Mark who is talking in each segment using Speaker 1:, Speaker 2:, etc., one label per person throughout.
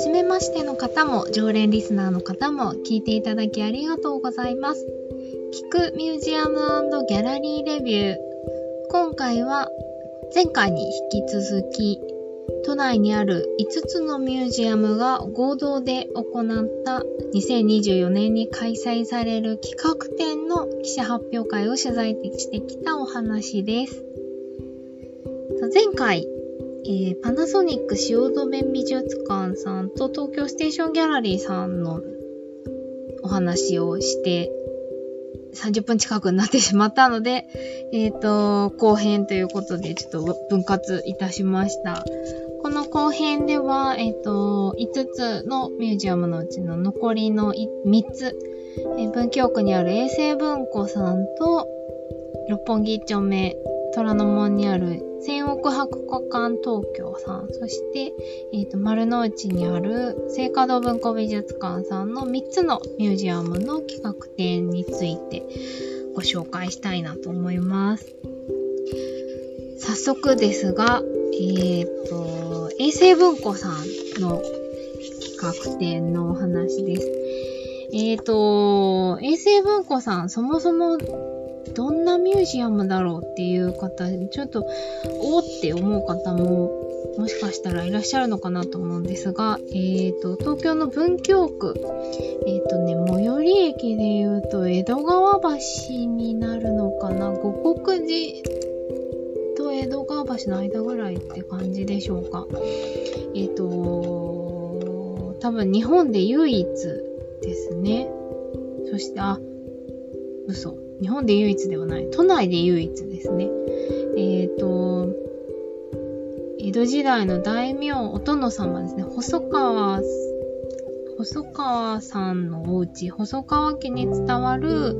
Speaker 1: 初めましての方も常連リスナーの方も聞いていただきありがとうございます。聞くミュージアム&ギャラリーレビュー。今回は前回に引き続き都内にある5つのミュージアムが合同で行った2024年に開催される企画展の記者発表会を取材してきたお話です。前回、パナソニック汐留美術館さんと東京ステーションギャラリーさんのお話をして30分近くになってしまったので、後編ということでちょっと分割いたしました。この後編では、5つのミュージアムのうちの残りの3つ、文京区にある永世文庫さんと、六本木1丁目、虎ノ門にある千億博古館東京さん、そして、丸の内にある聖華堂文庫美術館さんの3つのミュージアムの企画展についてご紹介したいなと思います。早速ですが、永世文庫さんの企画展のお話です。永世文庫さん、そもそもどんなミュージアムだろうっていう方、ちょっとおーって思う方ももしかしたらいらっしゃるのかなと思うんですが、東京の文京区、最寄り駅で言うと江戸川橋になるのかな、五国寺と江戸川橋の間ぐらいって感じでしょうか。多分日本で唯一ですね。そして、日本で唯一ではない。都内で唯一ですね。江戸時代の大名お殿様ですね。細川さんのお家、細川家に伝わる、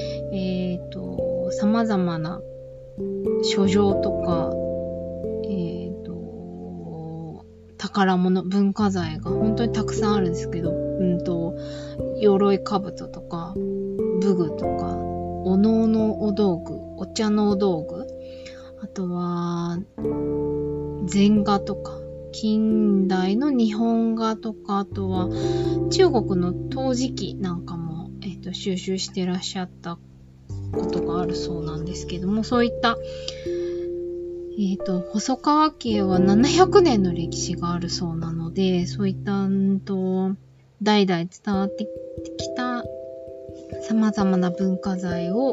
Speaker 1: 様々な書状とか、宝物、文化財が本当にたくさんあるんですけど、鎧兜とか、武具とか、お能のお道具、お茶のお道具、あとは、禅画とか、近代の日本画とか、あとは、中国の陶磁器なんかも、収集してらっしゃったことがあるそうなんですけども、そういった、細川家は700年の歴史があるそうなので、そういった、代々伝わってきた様々な文化財を、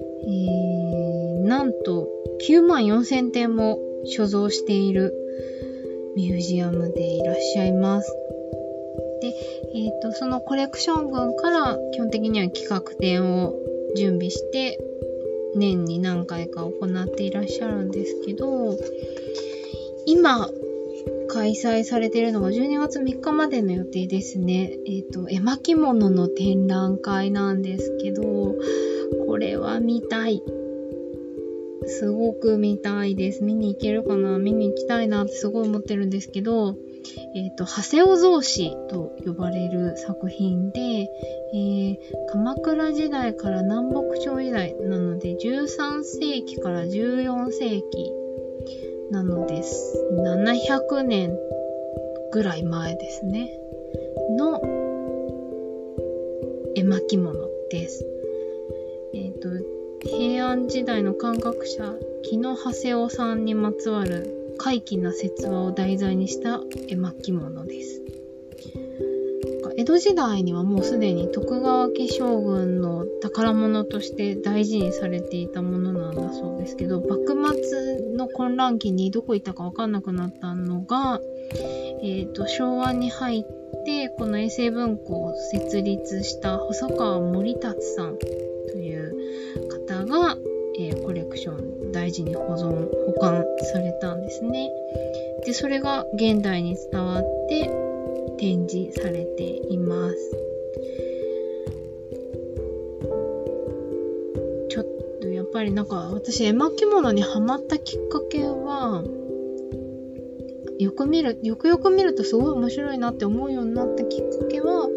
Speaker 1: なんと94,000点も所蔵しているミュージアムでいらっしゃいます。で、そのコレクション群から基本的には企画展を準備して年に何回か行っていらっしゃるんですけど、今開催されているのが12月3日までの予定ですね。絵巻物の展覧会なんですけど、これは見たい。すごく見たいです。見に行けるかな？見に行きたいなってすごい思ってるんですけど、長谷尾草子と呼ばれる作品で、鎌倉時代から南北朝時代なので13世紀から14世紀なのです。700年ぐらい前ですね。の絵巻物です。平安時代の漢学者、紀長谷尾さんにまつわる怪奇な説話を題材にした絵巻物です。江戸時代にはもうすでに徳川家将軍の宝物として大事にされていたものなんだそうですけど、幕末の混乱期にどこ行ったか分かんなくなったのが、昭和に入ってこの永世文庫を設立した細川守達さんという方が、コレクション大事に保管されたんですね。で、それが現代に伝わって展示されています。ちょっとやっぱり私絵巻物にハマったきっかけは、よくよく見るとすごい面白いなって思うようになったきっかけは、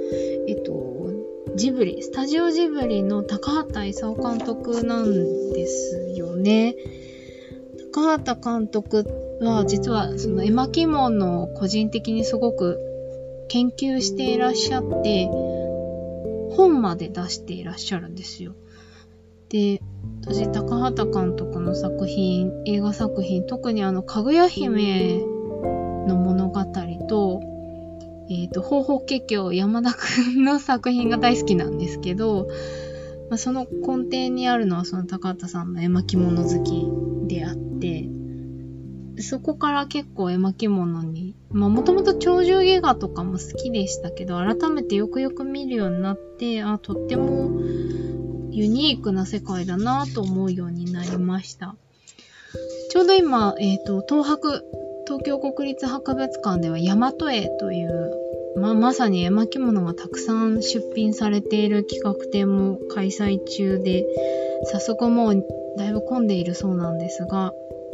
Speaker 1: スタジオジブリの高畑勲監督なんですよね。高畑監督は実はその絵巻物を個人的にすごく研究していらっしゃって、本まで出していらっしゃるんですよ。で、私、高畑監督の作品、映画作品、特にかぐや姫の物語と、ほうほうけきょう山田くんの作品が大好きなんですけど、その根底にあるのはその高畑さんの絵巻物好きであって、そこから結構絵巻物に、もともと鳥獣戯画とかも好きでしたけど、改めてよくよく見るようになって、とってもユニークな世界だなと思うようになりました。ちょうど今、東京国立博物館では大和絵という、まさに絵巻物がたくさん出品されている企画展も開催中で、早速もうだいぶ混んでいるそうなんですが、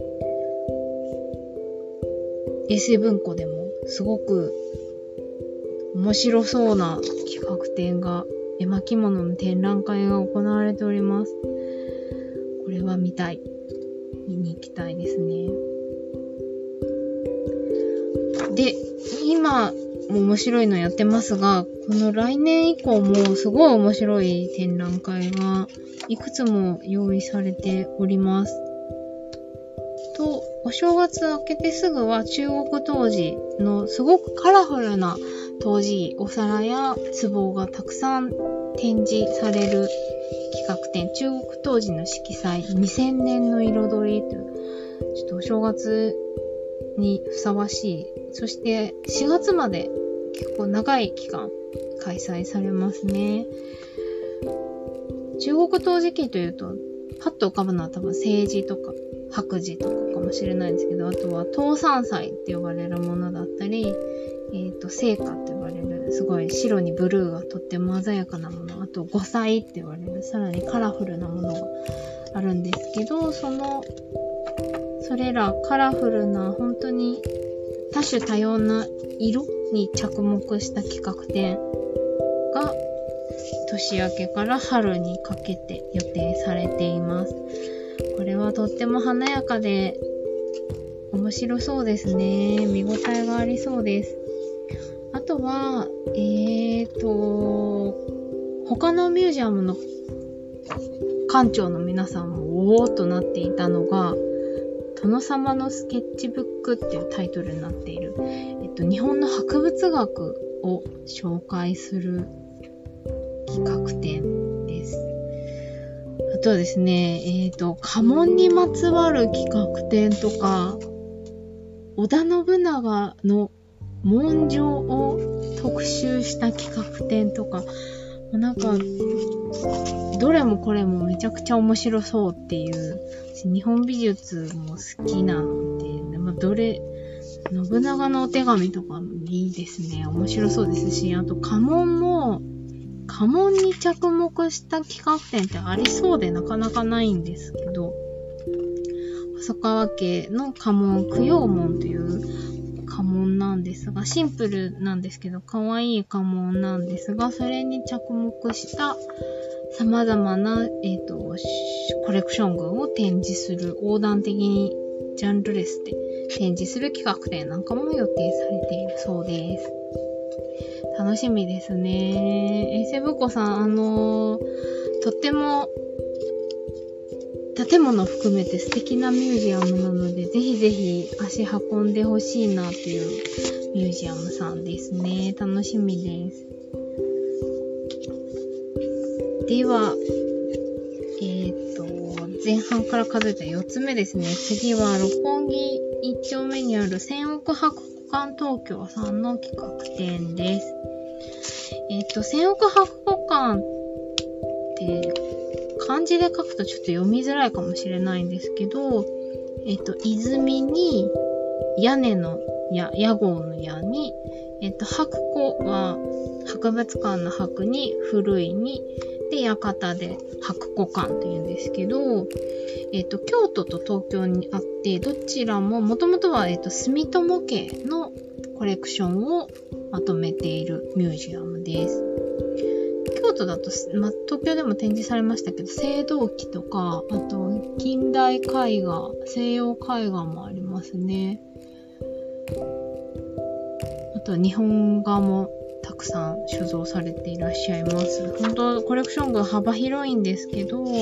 Speaker 1: 衛星文庫でもすごく面白そうな企画展が、絵巻物の展覧会が行われております。これは見に行きたいですね。で、今も面白いのやってますが、この来年以降もすごい面白い展覧会がいくつも用意されております。と、お正月明けてすぐは中国陶磁のすごくカラフルな陶磁お皿や壺がたくさん展示される企画展、中国陶磁の色彩2000年の彩りという、ちょっとお正月にふさわしい、そして4月まで結構長い期間開催されますね。中国陶磁器というとパッと浮かぶのは多分青磁とか白磁とかかもしれないんですけど、あとは唐三彩って呼ばれるものだったり、青花って呼ばれるすごい白にブルーがとっても鮮やかなもの、あと五彩って呼ばれるさらにカラフルなものがあるんですけど、それらカラフルな本当に多種多様な色に着目した企画展が年明けから春にかけて予定されています。これはとっても華やかで面白そうですね。見応えがありそうです。あとは、他のミュージアムの館長の皆さんもおーっとなっていたのが、殿様のスケッチブックっていうタイトルになっている、日本の博物学を紹介する企画展です。あとはですね、家紋にまつわる企画展とか、織田信長の文書を特集した企画展とか、なんか、どれもこれもめちゃくちゃ面白そうっていう、日本美術も好きなので、信長のお手紙とかもいいですね。面白そうですし、あと家紋に着目した企画展ってありそうでなかなかないんですけど、細川家の家紋、供養紋という家紋なんですが、シンプルなんですけど可愛い家紋なんですが、それに着目した様々な、コレクション群を展示する、横断的にジャンルレスで展示する企画展なんかも予定されているそうです。楽しみですね。衛星ぶこさん、とっても建物含めて素敵なミュージアムなので、ぜひぜひ足運んでほしいなというミュージアムさんですね。楽しみです。では、前半から数えた4つ目ですね。次は六本木1丁目にある千億博古館東京さんの企画展です。千億博古館って漢字で書くとちょっと読みづらいかもしれないんですけど、泉に屋根の屋号の屋に、博古は博物館の博に古いに、で、館で博古館というんですけど、京都と東京にあって、どちらももともとは、住友家のコレクションをまとめているミュージアムです。京都だと、東京でも展示されましたけど、青銅器とか、あと近代絵画、西洋絵画もありますね。あとと日本画もたくさん所蔵されていらっしゃいます。本当コレクション群幅広いんですけど、もう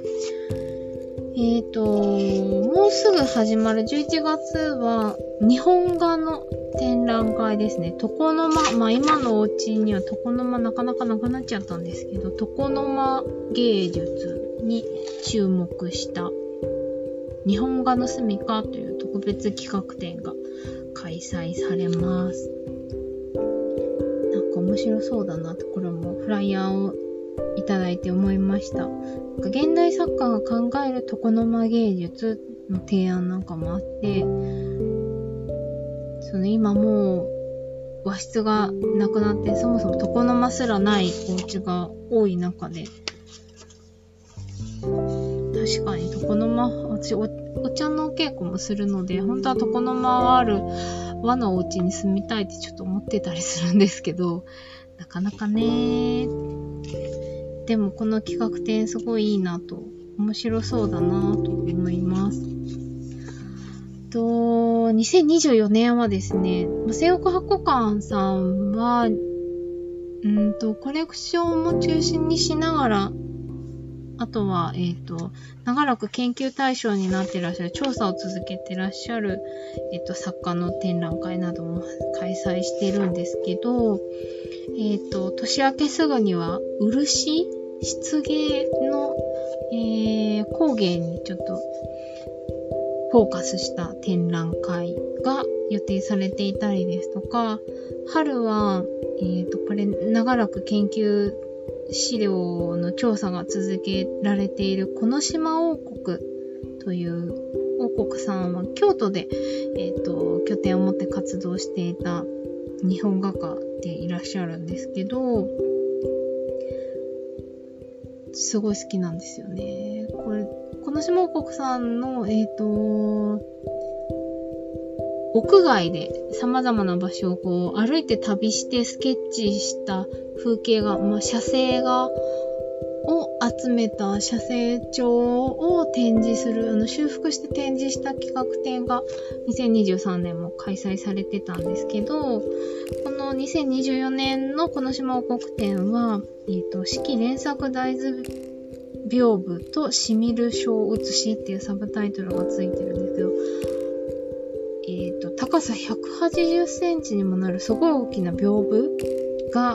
Speaker 1: すぐ始まる11月は日本画の展覧会ですね。床の間、今のお家には床の間なかなかなくなっちゃったんですけど、床の間芸術に注目した日本画の住処という特別企画展が開催されます。なんか面白そうだなと、これもフライヤーをいただいて思いました。現代作家が考える床の間芸術の提案なんかもあって、今もう和室がなくなって、そもそも床の間すらないお家が多い中で、確かに床の間、私お茶のお稽古もするので、本当は床の間がある和のお家に住みたいってちょっと思ってたりするんですけど、なかなかね。でもこの企画展すごいいいなと、面白そうだなと思います。2024年はですね、西奥博館さんは、コレクションも中心にしながら、あとは、長らく研究対象になっていらっしゃる、調査を続けていらっしゃる、作家の展覧会なども開催しているんですけど、年明けすぐには、漆芸の、工芸にちょっとフォーカスした展覧会が予定されていたりですとか、春は、これ長らく研究資料の調査が続けられているこの島王国という王国さんは京都で、拠点を持って活動していた日本画家でいらっしゃるんですけど、すごい好きなんですよね。この島王国さんの、屋外で様々な場所を歩いて旅してスケッチした風景画、写生画を集めた写生帳を展示する、修復して展示した企画展が2023年も開催されてたんですけど、この2024年のこの島王国展は、四季連作大図屏風としみる小写しっていうサブタイトルがついてるんですけど、高さ180センチにもなるすごい大きな屏風が、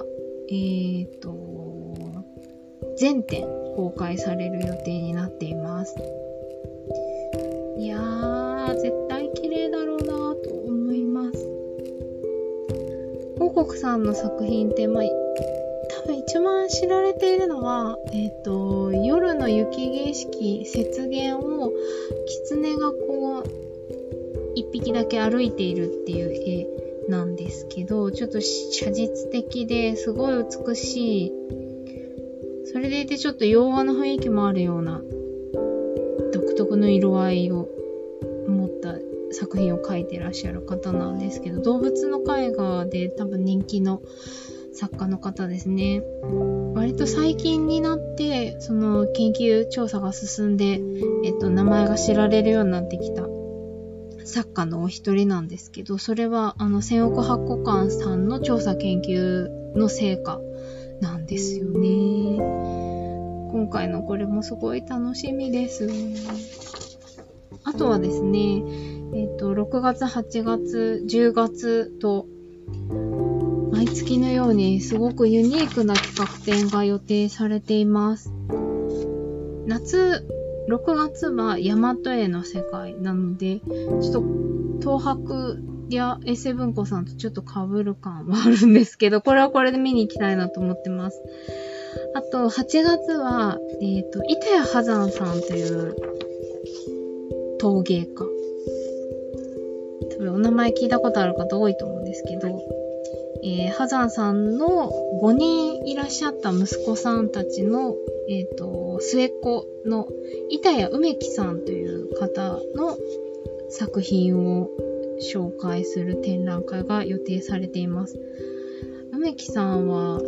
Speaker 1: 全展公開される予定になっています。いやー、絶対綺麗だろうなと思います。王国さんの作品って、多分一番知られているのは、夜の雪景色、雪原を狐が一匹だけ歩いているっていう絵なんですけど、ちょっと写実的ですごい美しい。それでいてちょっと洋画の雰囲気もあるような独特の色合いを持った作品を描いていらっしゃる方なんですけど、動物の絵画で多分人気の作家の方ですね。割と最近になってその研究調査が進んで、名前が知られるようになってきた作家のお一人なんですけど、それは千億博館さんの調査研究の成果なんですよね。今回のこれもすごい楽しみです。あとはですね、6月、8月、10月と毎月のようにすごくユニークな企画展が予定されています。夏、6月は大和絵の世界なので、ちょっと東博やエセ文庫さんとちょっと被る感はあるんですけど、これはこれで見に行きたいなと思ってます。あと、8月は、板谷波山さんという陶芸家。多分お名前聞いたことある方多いと思うんですけど、波山さんの5人いらっしゃった息子さんたちの、末っ子の板谷梅木さんという方の作品を紹介する展覧会が予定されています。梅木さんは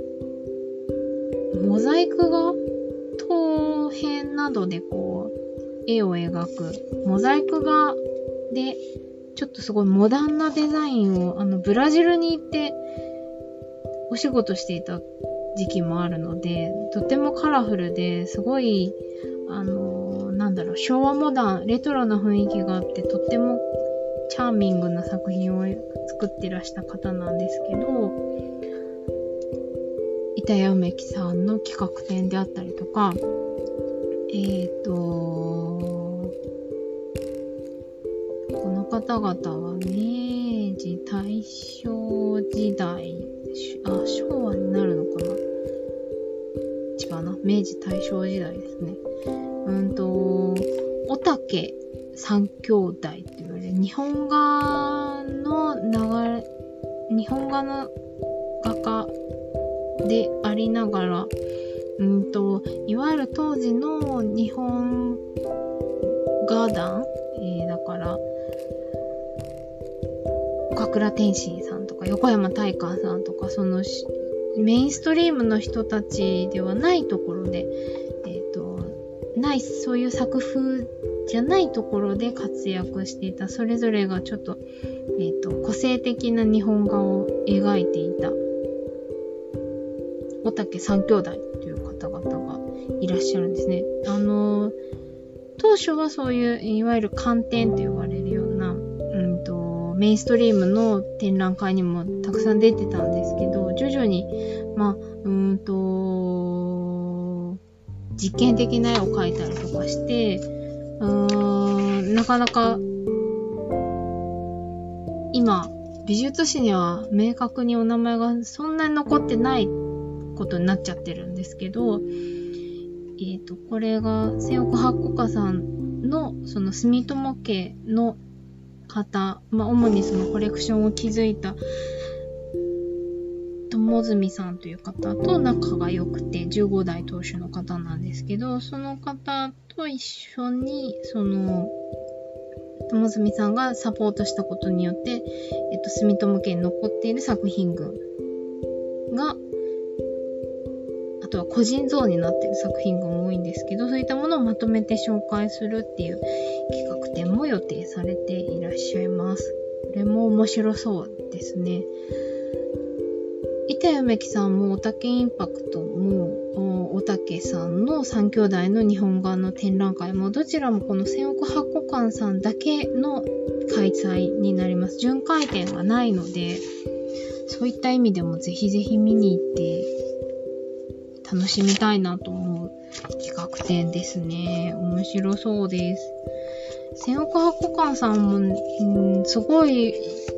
Speaker 1: モザイク画、陶片などで絵を描くモザイク画でちょっとすごいモダンなデザインを、ブラジルに行ってお仕事していた時期もあるので、とてもカラフルですごい、昭和モダン、レトロな雰囲気があって、とってもチャーミングな作品を作ってらした方なんですけど、板谷梅木さんの企画展であったりとか、この方々は明治、大正時代、昭和になるのかな、違うな、明治、大正時代ですね。おたけ三兄弟って言われる日本画の画家でありながら、いわゆる当時の日本画壇、だから岡倉天心さんとか横山大観さんとか、そのメインストリームの人たちではないところで、そういう作風じゃないところで活躍していた、それぞれがちょっと、個性的な日本画を描いていたおたけ三兄弟という方々がいらっしゃるんですね。当初はそういういわゆる寒天と呼ばれるような、メインストリームの展覧会にもたくさん出てたんですけど、徐々に実験的な絵を描いたりとかして、なかなか今美術史には明確にお名前がそんなに残ってないことになっちゃってるんですけど、これが千億八古家さんのその住友家の方、主にそのコレクションを築いた友住さんという方と仲が良くて15代当主の方なんですけど、その方と一緒にその友住さんがサポートしたことによって、住友家に残っている作品群が、あとは個人像になっている作品群も多いんですけど、そういったものをまとめて紹介するっていう企画展も予定されていらっしゃいます。これも面白そうですね。板谷梅木さんもおたけインパクトもおたけさんの三兄弟の日本画の展覧会もどちらもこの千億八古館さんだけの開催になります。巡回展がないので、そういった意味でもぜひぜひ見に行って楽しみたいなと思う企画展ですね。面白そうです。千億八古館さんも、すごい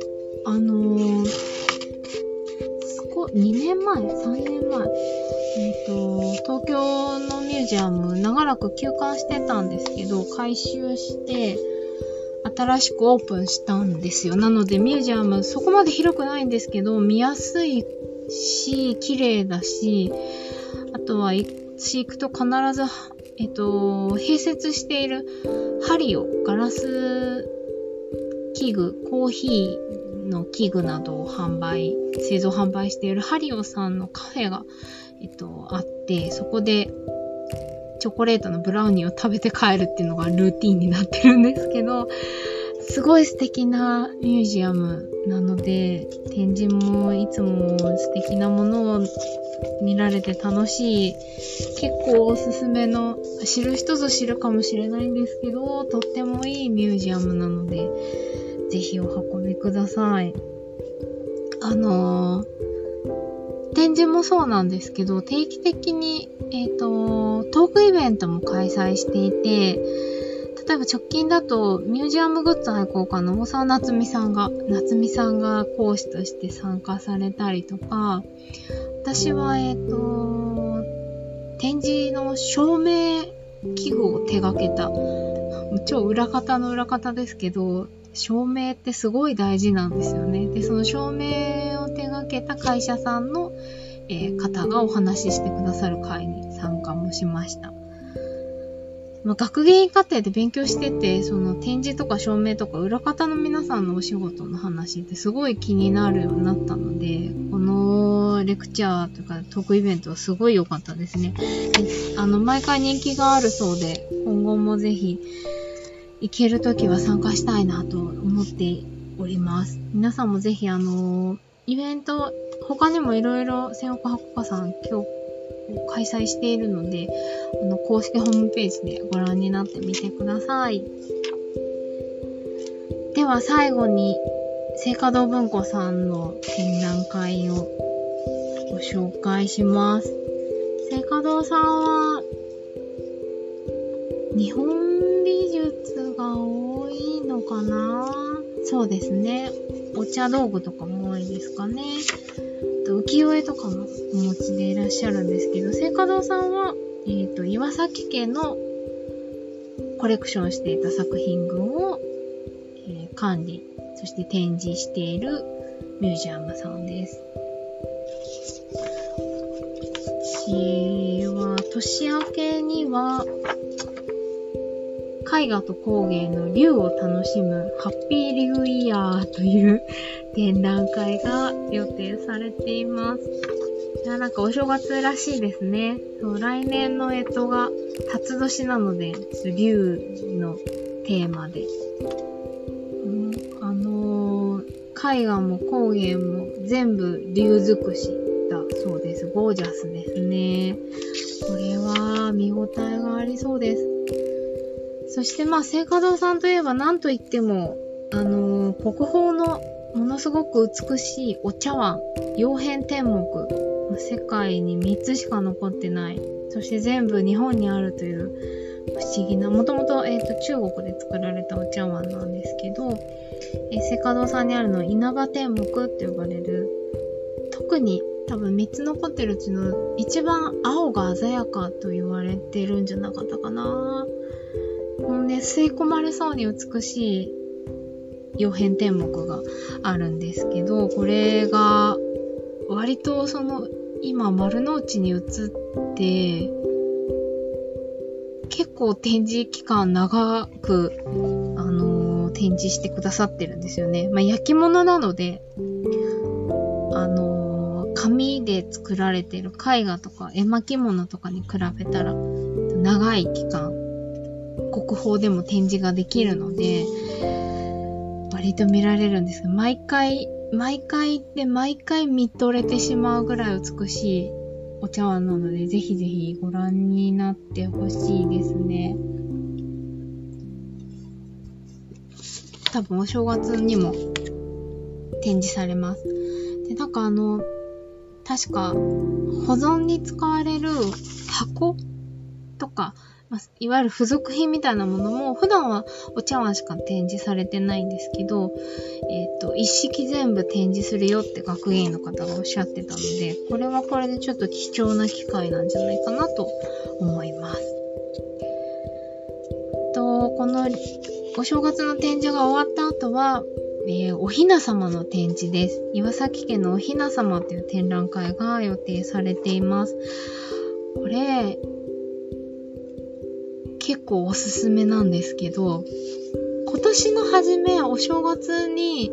Speaker 1: 2年前 ?3 年前東京のミュージアム長らく休館してたんですけど、改修して新しくオープンしたんですよ。なのでミュージアムそこまで広くないんですけど、見やすいし綺麗だし、あとは行くと必ず併設しているハリオ、ガラス器具、コーヒーの器具などを製造販売しているハリオさんのカフェが、あって、そこでチョコレートのブラウニーを食べて帰るっていうのがルーティンになってるんですけど、すごい素敵なミュージアムなので、展示もいつも素敵なものを見られて楽しい、結構おすすめの、知る人ぞ知るかもしれないんですけど、とってもいいミュージアムなので、ぜひお運びください。展示もそうなんですけど、定期的に、トークイベントも開催していて、例えば直近だとミュージアムグッズ愛好家の大沢夏美さんが講師として参加されたりとか、私は展示の照明器具を手掛けた、超裏方の裏方ですけど、照明ってすごい大事なんですよね。で、その照明を手掛けた会社さんの、方がお話ししてくださる会に参加もしました。学芸員課程で勉強してて、その展示とか照明とか裏方の皆さんのお仕事の話ってすごい気になるようになったので、このレクチャーとかトークイベントはすごい良かったですね。毎回人気があるそうで、今後もぜひ行けるときは参加したいなと思っております。皆さんもぜひイベント、他にもいろいろ千岡箱家さん今日開催しているので、公式ホームページでご覧になってみてください。では最後に、聖華堂文庫さんの展覧会をご紹介します。聖華堂さんは、日本美術が多いのかな？そうですね。お茶道具とかも多いですかね。浮世絵とかもお持ちでいらっしゃるんですけど、聖華堂さんは、岩崎家のコレクションしていた作品群を、管理、そして展示しているミュージアムさんです。私は年明けには絵画と工芸の竜を楽しむハッピーリューイヤーという展覧会が予定されています。いや、なんかお正月らしいですね。そう、来年の干支が辰年なので、竜のテーマで。絵画も工芸も全部竜尽くしだそうです。ゴージャスですね。これは見応えがありそうです。そして聖華堂さんといえば何と言っても、国宝のものすごく美しいお茶碗、曜変天目、世界に3つしか残ってない。そして全部日本にあるという不思議な、もともと中国で作られたお茶碗なんですけど、聖華堂さんにあるのは稲葉天目って呼ばれる、特に多分3つ残ってるうちの一番青が鮮やかと言われてるんじゃなかったかな。もうね、吸い込まれそうに美しい曜変天目があるんですけど、これが割と今丸の内に移って結構展示期間長く展示してくださってるんですよね。焼き物なので紙で作られている絵画とか絵巻物とかに比べたら長い期間国宝でも展示ができるので割と見られるんですけど、毎回見とれてしまうぐらい美しいお茶碗なので、ぜひぜひご覧になってほしいですね。多分お正月にも展示されます。で、なんか確か保存に使われる箱とか、いわゆる付属品みたいなものも普段はお茶碗しか展示されてないんですけど、一式全部展示するよって学芸員の方がおっしゃってたので、これはこれでちょっと貴重な機会なんじゃないかなと思います。このお正月の展示が終わった後は、おひな様の展示です。岩崎家のおひな様という展覧会が予定されています。これ結構おすすめなんですけど、今年の初めお正月に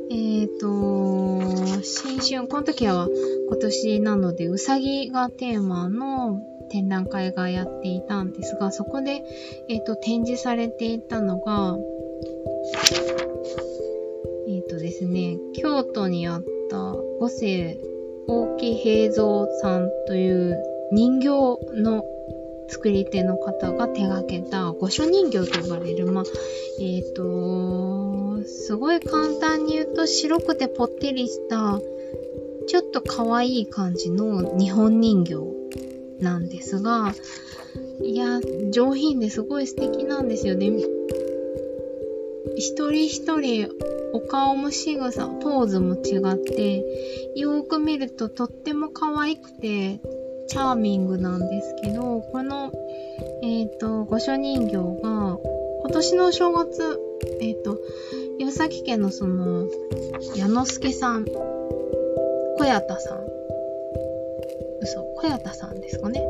Speaker 1: 新春、この時は今年なのでうさぎがテーマの展覧会がやっていたんですが、そこで展示されていたのがですね、京都にあった五世大木平蔵さんという人形の作り手の方が手掛けた御所人形と呼ばれる、すごい簡単に言うと白くてぽってりしたちょっと可愛い感じの日本人形なんですが、いや、上品ですごい素敵なんですよね。一人一人お顔も仕草、ポーズも違って、よーく見るととっても可愛くてチャーミングなんですけど、この御所人形が今年のお正月、岩崎家の矢之助さん、小谷田さん、小谷田さんですかね。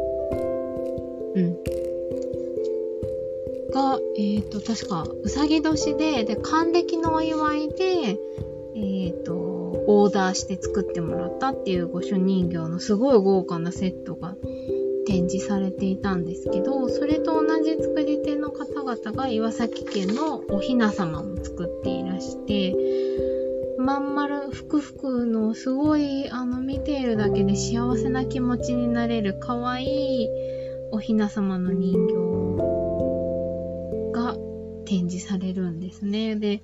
Speaker 1: が、確か、うさぎ年で、還暦のお祝いで、オーダーして作ってもらったっていう御所人形のすごい豪華なセットが展展示されていたんですけど、それと同じ作り手の方々が岩崎家のおひな様も作っていらして、まん丸ふくふくのすごい見ているだけで幸せな気持ちになれる可愛いおひな様の人形が展示されるんですね。で、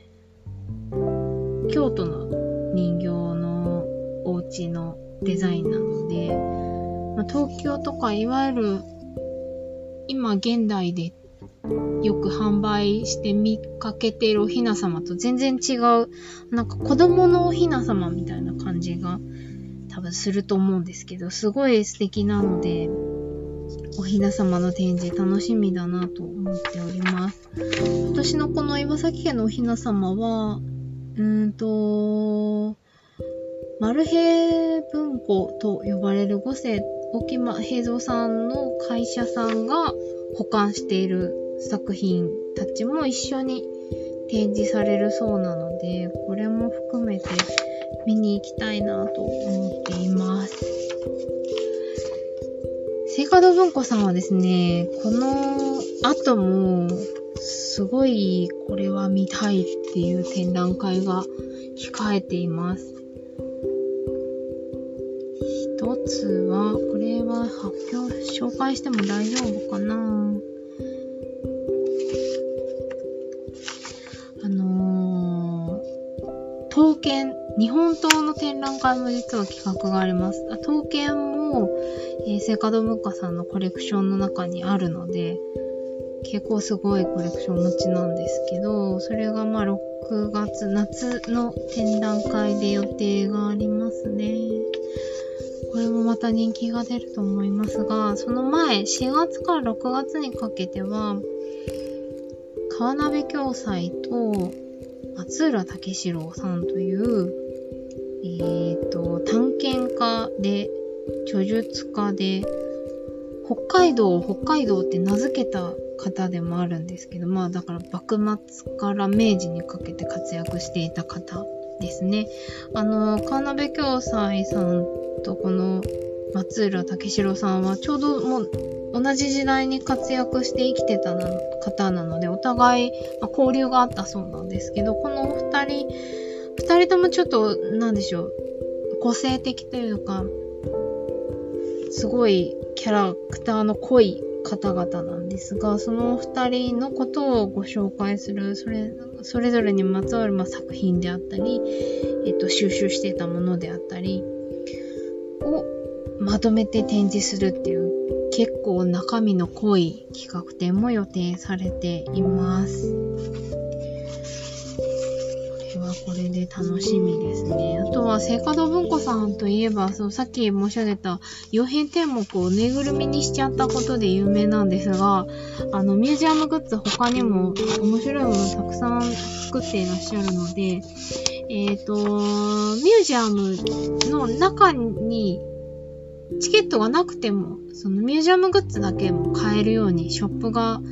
Speaker 1: 京都の人形のお家のデザインなので、東京とかいわゆる今現代でよく販売して見かけているおひな様と全然違う、なんか子供のおひな様みたいな感じが多分すると思うんですけど、すごい素敵なので、おひな様の展示楽しみだなと思っております。私のこの岩崎家のおひな様は、マルヘ文庫と呼ばれる五世沖間平蔵さんの会社さんが保管している作品たちも一緒に展示されるそうなので、これも含めて見に行きたいなと思っています。聖華堂文庫さんはですね、この後もすごいこれは見たいっていう展覧会が控えています。一つは、これは紹介しても大丈夫かな？刀剣、日本刀の展覧会も実は企画があります。刀剣も、聖華堂文化さんのコレクションの中にあるので、結構すごいコレクション持ちなんですけど、それが6月、夏の展覧会で予定がありますね。これもまた人気が出ると思いますが、その前、4月から6月にかけては、川鍋暁斎と松浦武四郎さんという、探検家で、著述家で、北海道って名付けた方でもあるんですけど、だから幕末から明治にかけて活躍していた方ですね。川鍋暁斎さんとこの松浦武四郎さんはちょうどもう同じ時代に活躍して生きてた方なので、お互い、交流があったそうなんですけど、この二人ともちょっと、なんでしょう、個性的というか、すごいキャラクターの濃い方々なんですが、その二人のことをご紹介する、それぞれにまつわる作品であったり、収集していたものであったりをまとめて展示するっていう結構中身の濃い企画展も予定されています。これで楽しみですね。あとは聖華堂文庫さんといえば、さっき申し上げた曜変天目をぬいぐるみにしちゃったことで有名なんですが、ミュージアムグッズ他にも面白いものたくさん作っていらっしゃるので、ミュージアムの中にチケットがなくても、そのミュージアムグッズだけも買えるようにショップが、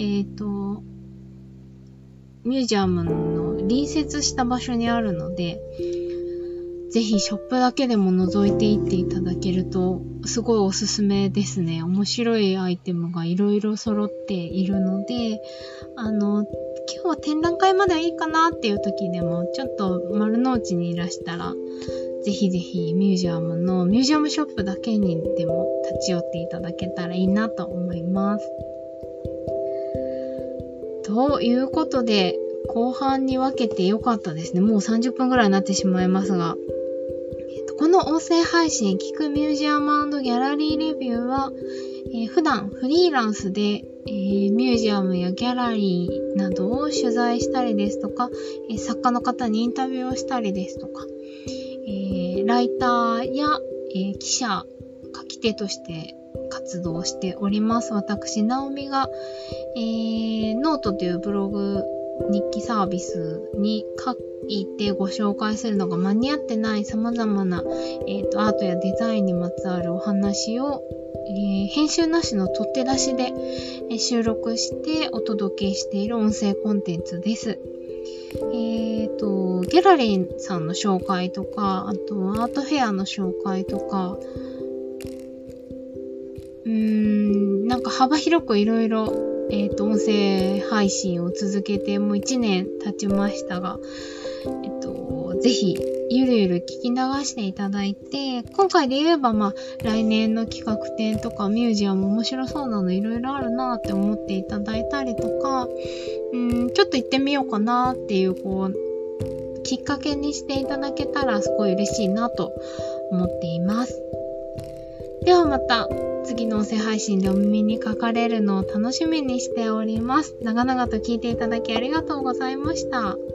Speaker 1: ミュージアムの隣接した場所にあるので、ぜひショップだけでも覗いていっていただけるとすごいおすすめですね。面白いアイテムがいろいろ揃っているので、今日は展覧会まではいいかなっていう時でも、ちょっと丸の内にいらしたら、ぜひぜひミュージアムショップだけにでも立ち寄っていただけたらいいなと思います。ということで、後半に分けてよかったですね。もう30分ぐらいになってしまいますが、この音声配信、聞くミュージアム&ギャラリーレビューは、普段フリーランスで、ミュージアムやギャラリーなどを取材したりですとか、作家の方にインタビューをしたりですとか、ライターや、記者、書き手として活動しております。私、ナオミが、ノートというブログ日記サービスに書いてご紹介するのが間に合ってない様々な、アートやデザインにまつわるお話を、編集なしの取って出しで、収録してお届けしている音声コンテンツです。ギャラリーさんの紹介とか、あとアートフェアの紹介とか、 幅広くいろいろ、音声配信を続けてもう1年経ちましたが、ぜひ、ゆるゆる聞き流していただいて、今回で言えば来年の企画展とかミュージアム面白そうなのいろいろあるなって思っていただいたりとか、ちょっと行ってみようかなっていう、きっかけにしていただけたらすごい嬉しいなと思っています。ではまた次の音声配信でお耳にかかれるのを楽しみにしております。長々と聞いていただきありがとうございました。